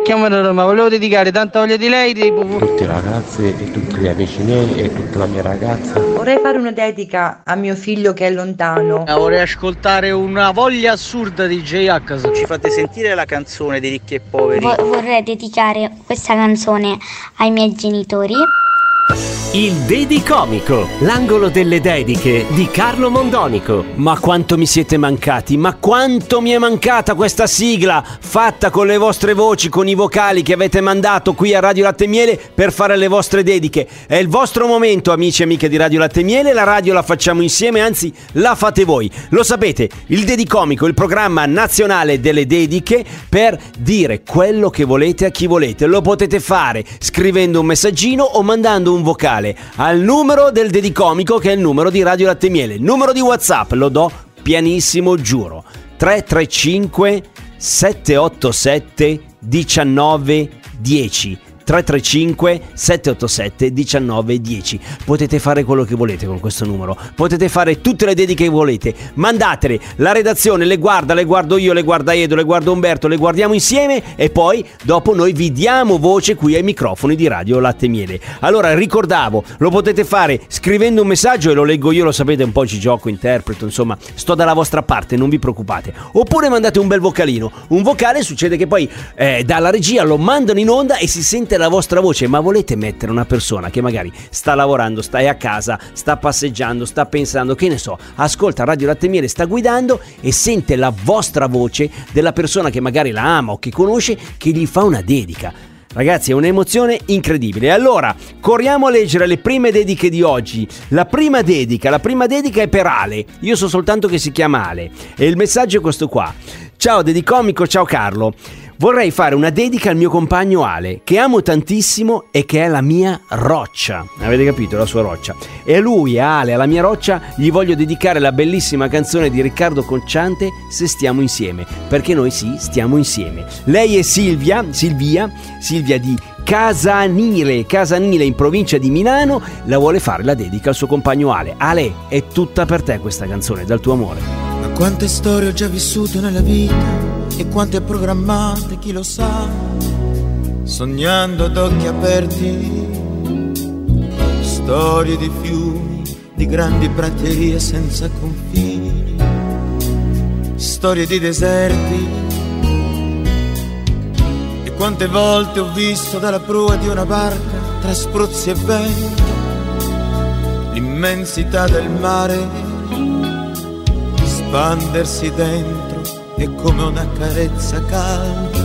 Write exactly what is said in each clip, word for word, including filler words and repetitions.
chiamo da Roma, volevo dedicare tanta voglia di lei tutti i ragazzi e tutti gli amici miei e tutta la mia ragazza. Vorrei fare una dedica a mio figlio che è lontano. Vorrei ascoltare una voglia assurda di J-H. Ci fate sentire la canzone di Ricchi e Poveri? Vo- vorrei dedicare questa canzone ai miei genitori. Il Dedicomico, l'angolo delle dediche di Carlo Mondonico. Ma quanto mi siete mancati, ma quanto mi è mancata questa sigla fatta con le vostre voci, con i vocali che avete mandato qui a Radio Latte e Miele per fare le vostre dediche. È il vostro momento, amici e amiche di Radio Latte e Miele, la radio la facciamo insieme, anzi la fate voi. Lo sapete, il Dedicomico, il programma nazionale delle dediche per dire quello che volete a chi volete. Lo potete fare scrivendo un messaggino o mandando un vocale al numero del Dedicomico, che è il numero di Radio Latte e Miele. Numero di WhatsApp lo do pianissimo, giuro: tre tre cinque sette otto sette uno nove uno zero. tre tre cinque sette otto sette uno nove uno zero. Potete fare quello che volete con questo numero, potete fare tutte le dediche che volete, mandatele, la redazione le guarda, le guardo io, le guarda Edo, le guarda Umberto, le guardiamo insieme e poi dopo noi vi diamo voce qui ai microfoni di Radio Latte e Miele. Allora ricordavo, lo potete fare scrivendo un messaggio e lo leggo io, lo sapete, un po' ci gioco, interpreto, insomma sto dalla vostra parte, non vi preoccupate. Oppure mandate un bel vocalino, un vocale succede che poi eh, dalla regia lo mandano in onda e si sente la vostra voce. Ma volete mettere una persona che magari sta lavorando, sta a casa, sta passeggiando, sta pensando, che ne so, ascolta Radio Latte e Miele, sta guidando e sente la vostra voce della persona che magari la ama o che conosce, che gli fa una dedica. Ragazzi, è un'emozione incredibile. Allora, corriamo a leggere le prime dediche di oggi. La prima dedica, la prima dedica è per Ale. Io so soltanto che si chiama Ale e il messaggio è questo qua: ciao Dedicomico, ciao Carlo. Vorrei fare una dedica al mio compagno Ale, che amo tantissimo e che è la mia roccia. Avete capito? La sua roccia. E a lui, a Ale, alla mia roccia, gli voglio dedicare la bellissima canzone di Riccardo Cocciante, Se stiamo insieme. Perché noi sì, stiamo insieme. Lei è Silvia, Silvia, Silvia di Casanile, Casanile in provincia di Milano. La vuole fare la dedica al suo compagno Ale. Ale, è tutta per te questa canzone, dal tuo amore. Ma quante storie ho già vissuto nella vita e quante programmate, chi lo sa, sognando ad occhi aperti, storie di fiumi, di grandi praterie senza confini, storie di deserti. E quante volte ho visto dalla prua di una barca, tra spruzzi e vento, l'immensità del mare spandersi dentro e come una carezza calda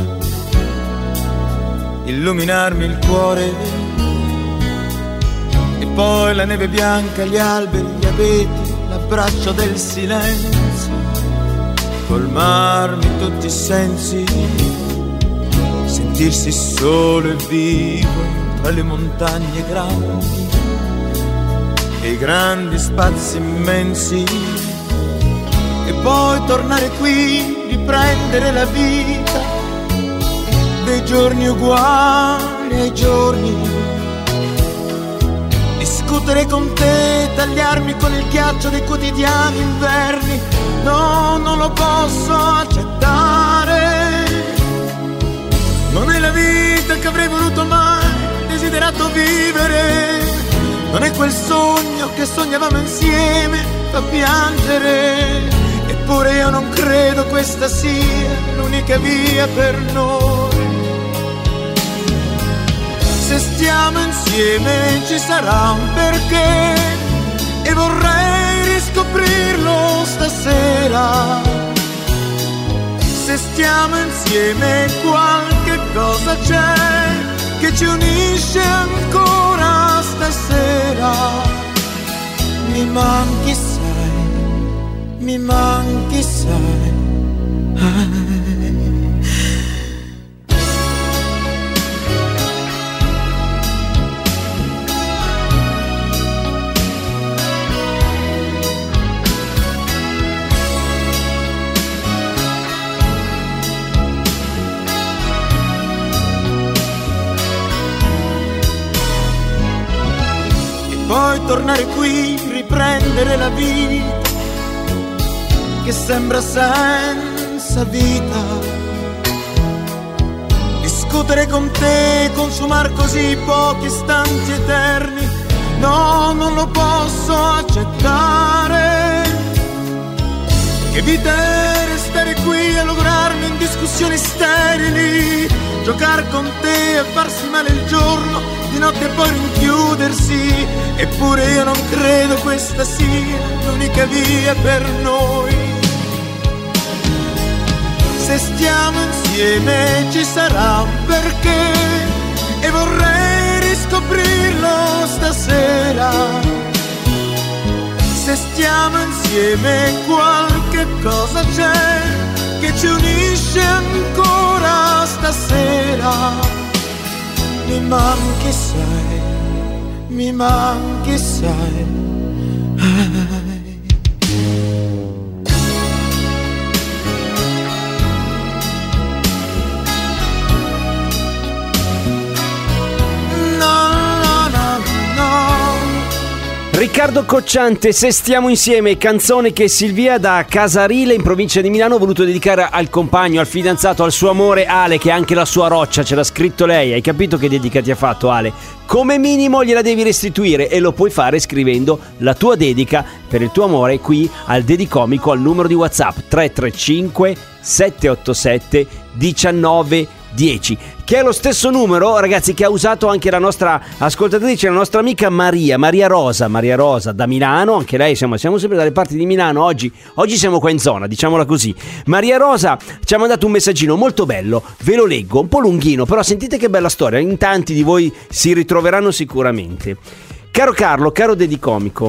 illuminarmi il cuore. E poi la neve bianca, gli alberi, gli abeti, l'abbraccio del silenzio, colmarmi tutti i sensi, sentirsi solo e vivo tra le montagne grandi e i grandi spazi immensi. E poi tornare qui, riprendere la vita dei giorni uguali ai giorni, discutere con te, tagliarmi con il ghiaccio dei quotidiani inverni. No, non lo posso accettare, non è la vita che avrei voluto mai desiderato vivere, non è quel sogno che sognavamo insieme, fa piangere. Eppure io non credo questa sia l'unica via per noi. Se stiamo insieme ci sarà un perché e vorrei riscoprirlo stasera. Se stiamo insieme qualche cosa c'è che ci unisce ancora stasera. Mi manchi, mi manchi, sai. E poi tornare qui, riprendere la vita che sembra senza vita, discutere con te, consumar così pochi istanti eterni. No, non lo posso accettare. Che vita è restare qui a lograrmi in discussioni sterili, giocare con te e farsi male il giorno, di notte poi rinchiudersi. Eppure io non credo questa sia l'unica via per noi. Se stiamo insieme ci sarà un perché e vorrei riscoprirlo stasera. Se stiamo insieme qualche cosa c'è che ci unisce ancora stasera. Mi manchi sai, mi manchi sai. Riccardo Cocciante, Se stiamo insieme, canzone che Silvia da Casarile in provincia di Milano ha voluto dedicare al compagno, al fidanzato, al suo amore Ale, che è anche la sua roccia, ce l'ha scritto lei. Hai capito che dedica ti ha fatto Ale? Come minimo gliela devi restituire e lo puoi fare scrivendo la tua dedica per il tuo amore qui al Dedicomico al numero di WhatsApp tre tre cinque sette otto sette uno nove uno zero, che è lo stesso numero, ragazzi, che ha usato anche la nostra ascoltatrice, la nostra amica Maria, Maria Rosa, Maria Rosa da Milano. Anche lei, siamo, siamo sempre dalle parti di Milano, oggi, oggi siamo qua in zona, diciamola così. Maria Rosa ci ha mandato un messaggino molto bello, ve lo leggo, un po' lunghino, però sentite che bella storia, in tanti di voi si ritroveranno sicuramente. Caro Carlo, caro Dedicomico,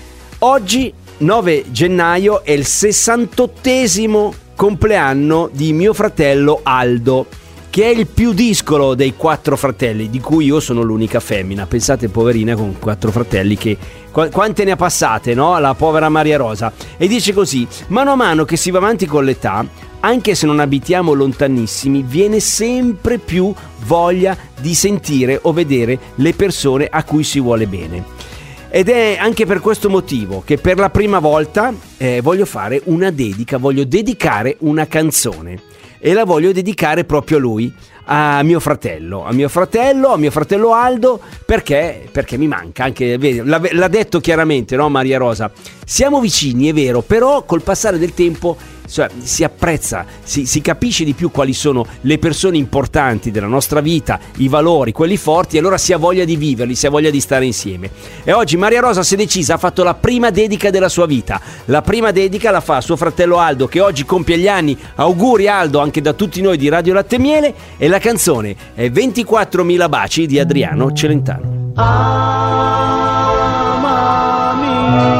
oggi nove gennaio è il sessantottesimo compleanno di mio fratello Aldo, che è il più discolo dei quattro fratelli, di cui io sono l'unica femmina. Pensate, poverina, con quattro fratelli, che qu- quante ne ha passate, no? La povera Maria Rosa. E dice così: mano a mano che si va avanti con l'età, anche se non abitiamo lontanissimi, viene sempre più voglia di sentire o vedere le persone a cui si vuole bene. Ed è anche per questo motivo che per la prima volta eh, voglio fare una dedica, voglio dedicare una canzone. E la voglio dedicare proprio a lui, a mio fratello, a mio fratello, a mio fratello Aldo, perché, perché mi manca, anche, vedi, l'ha, l'ha detto chiaramente, no, Maria Rosa? Siamo vicini, è vero, però col passare del tempo, cioè, si apprezza, si, si capisce di più quali sono le persone importanti della nostra vita, i valori, quelli forti, e allora si ha voglia di viverli, si ha voglia di stare insieme. E oggi Maria Rosa si è decisa, ha fatto la prima dedica della sua vita. La prima dedica la fa a suo fratello Aldo, che oggi compie gli anni. Auguri Aldo, anche da tutti noi di Radio Latte e Miele. E la canzone è ventiquattromila baci di Adriano Celentano. Amami,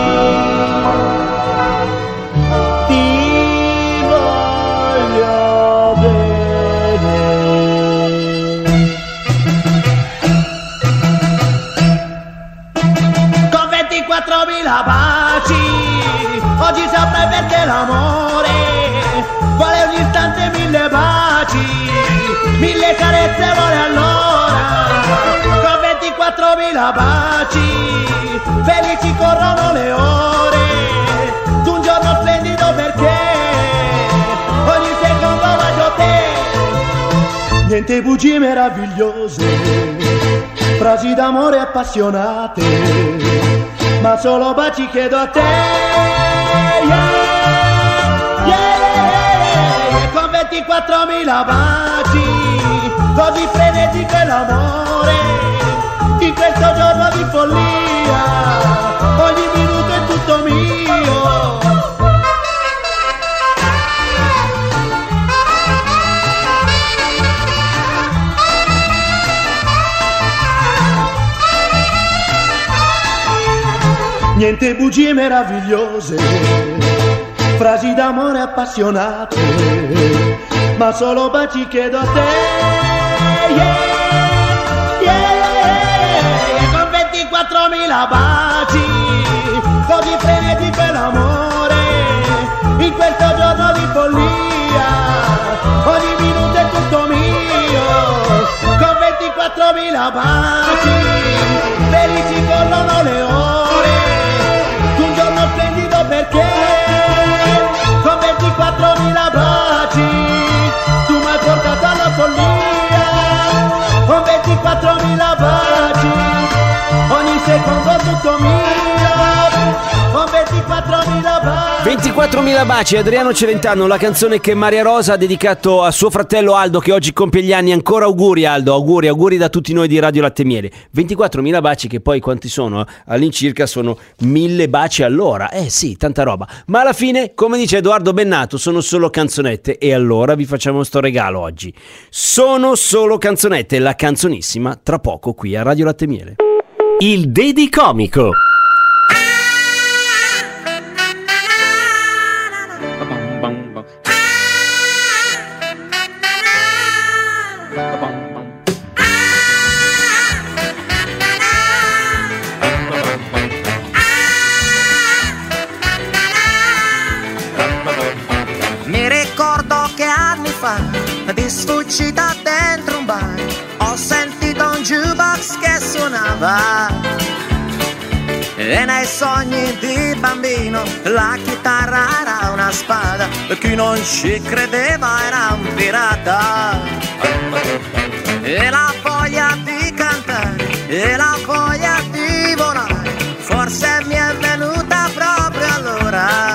quattromila baci, oggi saprai perché l'amore vuole ogni istante mille baci, mille carezze vuole allora, con ventiquattromila baci, felici corrono le ore, d'un giorno splendido perché ogni secondo bacio te, niente bugie meravigliose, frasi d'amore appassionate, ma solo baci chiedo a te, yeah, yeah, yeah. Con ventiquattromila baci, così frenetico è l'amore, in questo giorno di follia, ogni minuto è tutto mio. Niente bugie meravigliose, frasi d'amore appassionate, ma solo baci chiedo a te, yeah, yeah. Con ventiquattromila baci, così frenetico è l'amore, in questo giorno di follia, ogni minuto è tutto mio. Con ventiquattromila baci, felici corrono le ore, un giorno splendido perché con ventiquattromila baci tu mi hai portato alla follia. con ventiquattromila baci, ogni secondo tutto mio, con ventiquattromila baci. ventiquattromila baci, Adriano Celentano, la canzone che Maria Rosa ha dedicato a suo fratello Aldo che oggi compie gli anni. Ancora auguri Aldo, auguri, auguri da tutti noi di Radio Latte Miele. ventiquattromila baci che poi quanti sono? All'incirca sono mille baci all'ora, eh sì, tanta roba. Ma alla fine, come dice Edoardo Bennato, sono solo canzonette e allora vi facciamo sto regalo oggi. Sono solo canzonette, la canzonissima tra poco qui a Radio Latte Miele. Il Dedicomico. Mi ricordo che anni fa, di sfuggita dentro un bar, ho sentito un jukebox che suonava e nei sogni di bambino la chitarra era una spada e chi non ci credeva era un pirata. E la voglia di cantare e la voglia di volare forse mi è venuta proprio allora.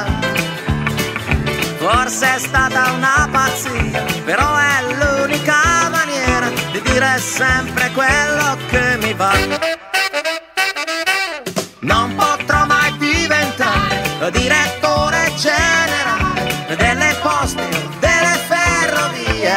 Forse è stata una pazzia, però è l'unica maniera di dire sempre quello che mi va. Non potrò mai diventare direttore generale delle poste o delle ferrovie.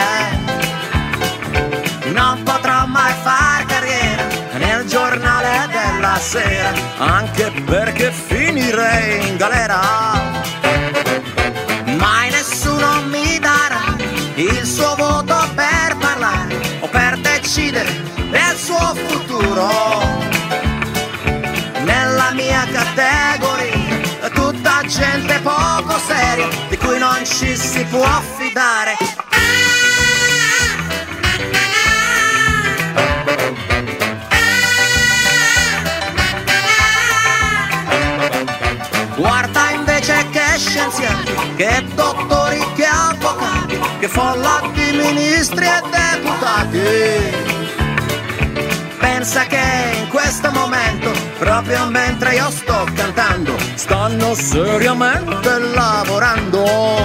Non potrò mai far carriera nel giornale della sera, anche perché finirei in galera. Mai nessuno mi darà il suo voto per parlare o per decidere del suo futuro. Nella mia categoria tutta gente poco seria di cui non ci si può fidare. Guarda invece che scienziati, che dottori, che avvocati, che folla di ministri e deputati. Pensa che in questo momento, proprio mentre io sto cantando, stanno seriamente lavorando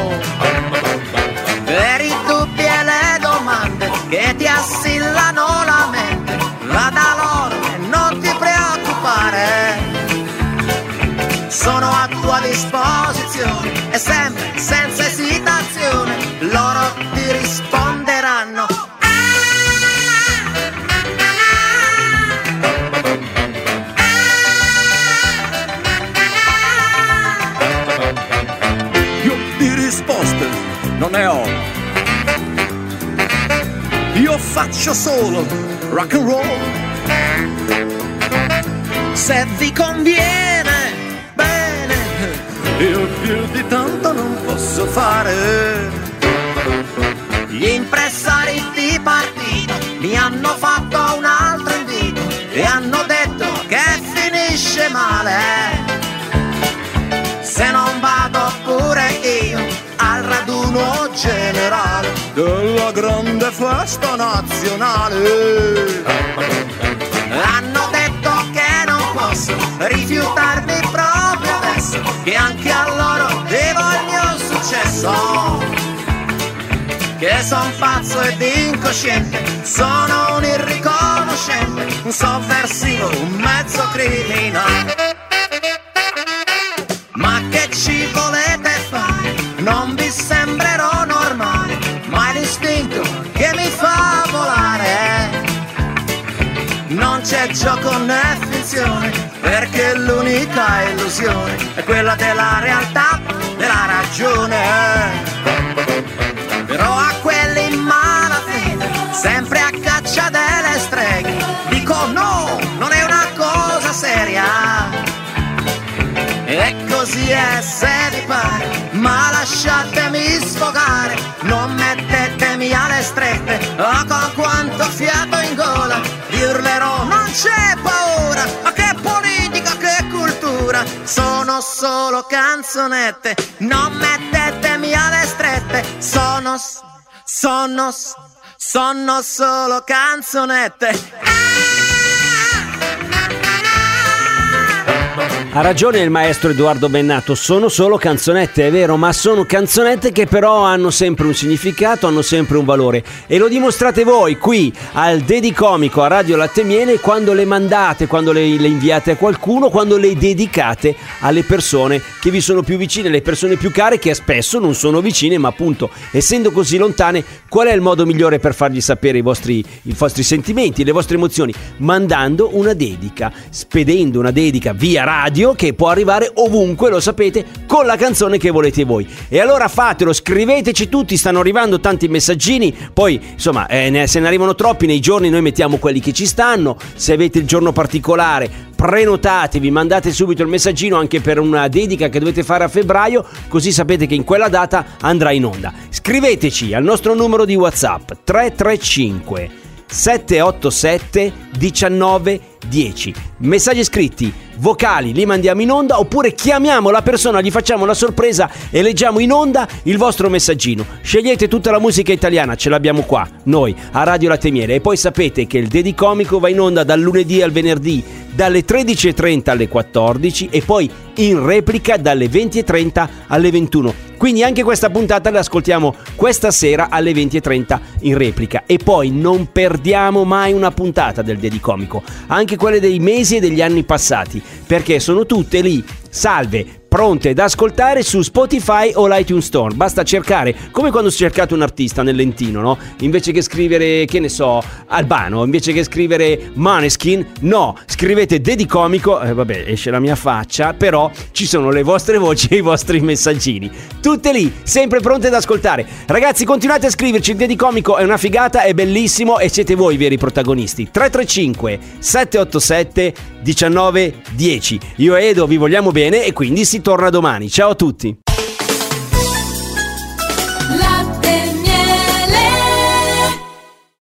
per i dubbi e le domande che ti assillano la mente. Va da loro e non ti preoccupare, sono a tua disposizione e sempre senza esitazione loro ti risponderanno. Io di risposte non ne ho, io faccio solo rock and roll. Se vi conviene, io più di tanto non posso fare. Gli impresari di partito mi hanno fatto un altro invito e hanno detto che finisce male se non vado pure io al raduno generale della grande festa nazionale. Hanno detto che non posso rifiutarmi proprio adesso, che anche a loro devo il mio successo, che son pazzo ed incosciente, sono un irriconoscente, un sovversivo, un mezzo criminale. Ma che ci volete fare? Non vi sembrerò normale, ma è l'istinto che mi fa volare. Non c'è gioco né finzione, perché l'unica illusione è quella della realtà, della ragione. Però a quelli in malafede, sempre a caccia delle streghe, dico no, non è una cosa seria. E così è se vi pare, ma lasciatemi sfogare, non mettetemi alle strette, oh, con quanto fiato in gola, vi urlerò non c'è paura, ma che politica, che cultura, sono solo canzonette, non mettetemi alle strette, sono, sono, sono solo canzonette. Ha ragione il maestro Edoardo Bennato, sono solo canzonette, è vero, ma sono canzonette che però hanno sempre un significato, hanno sempre un valore, e lo dimostrate voi qui al Dedicomico a Radio Latte Miele quando le mandate, quando le, le inviate a qualcuno, quando le dedicate alle persone che vi sono più vicine, le persone più care che spesso non sono vicine, ma appunto essendo così lontane, qual è il modo migliore per fargli sapere i vostri, i vostri sentimenti, le vostre emozioni? Mandando una dedica, spedendo una dedica via radio che può arrivare ovunque, lo sapete, con la canzone che volete voi. E allora fatelo, scriveteci tutti, stanno arrivando tanti messaggini, poi insomma eh, ne, se ne arrivano troppi nei giorni noi mettiamo quelli che ci stanno. Se avete il giorno particolare prenotatevi, mandate subito il messaggino anche per una dedica che dovete fare a febbraio, così sapete che in quella data andrà in onda. Scriveteci al nostro numero di WhatsApp tre tre cinque sette otto sette uno nove uno zero. Messaggi scritti, vocali, li mandiamo in onda, oppure chiamiamo la persona, gli facciamo la sorpresa e leggiamo in onda il vostro messaggino. Scegliete tutta la musica italiana, ce l'abbiamo qua noi a Radio Latte Miele. E poi sapete che il Dedicomico va in onda dal lunedì al venerdì dalle tredici e trenta alle quattordici e poi in replica dalle venti e trenta alle ventuno. Quindi anche questa puntata la ascoltiamo questa sera alle venti e trenta in replica. E poi non perdiamo mai una puntata del Dedicomico, anche quelle dei mesi e degli anni passati, perché sono tutte lì, salve, pronte da ascoltare su Spotify o l'iTunes Store. Basta cercare, come quando cercate un artista nel lentino, no? Invece che scrivere, che ne so, Albano, invece che scrivere Maneskin, no, scrivete Dedicomico, eh, vabbè, esce la mia faccia, però ci sono le vostre voci e i vostri messaggini. Tutte lì, sempre pronte da ascoltare. Ragazzi, continuate a scriverci, il Dedicomico è una figata, è bellissimo e siete voi i veri protagonisti. tre tre cinque sette otto sette uno nove uno zero. Io e Edo vi vogliamo bene e quindi si torna domani. Ciao a tutti. Latte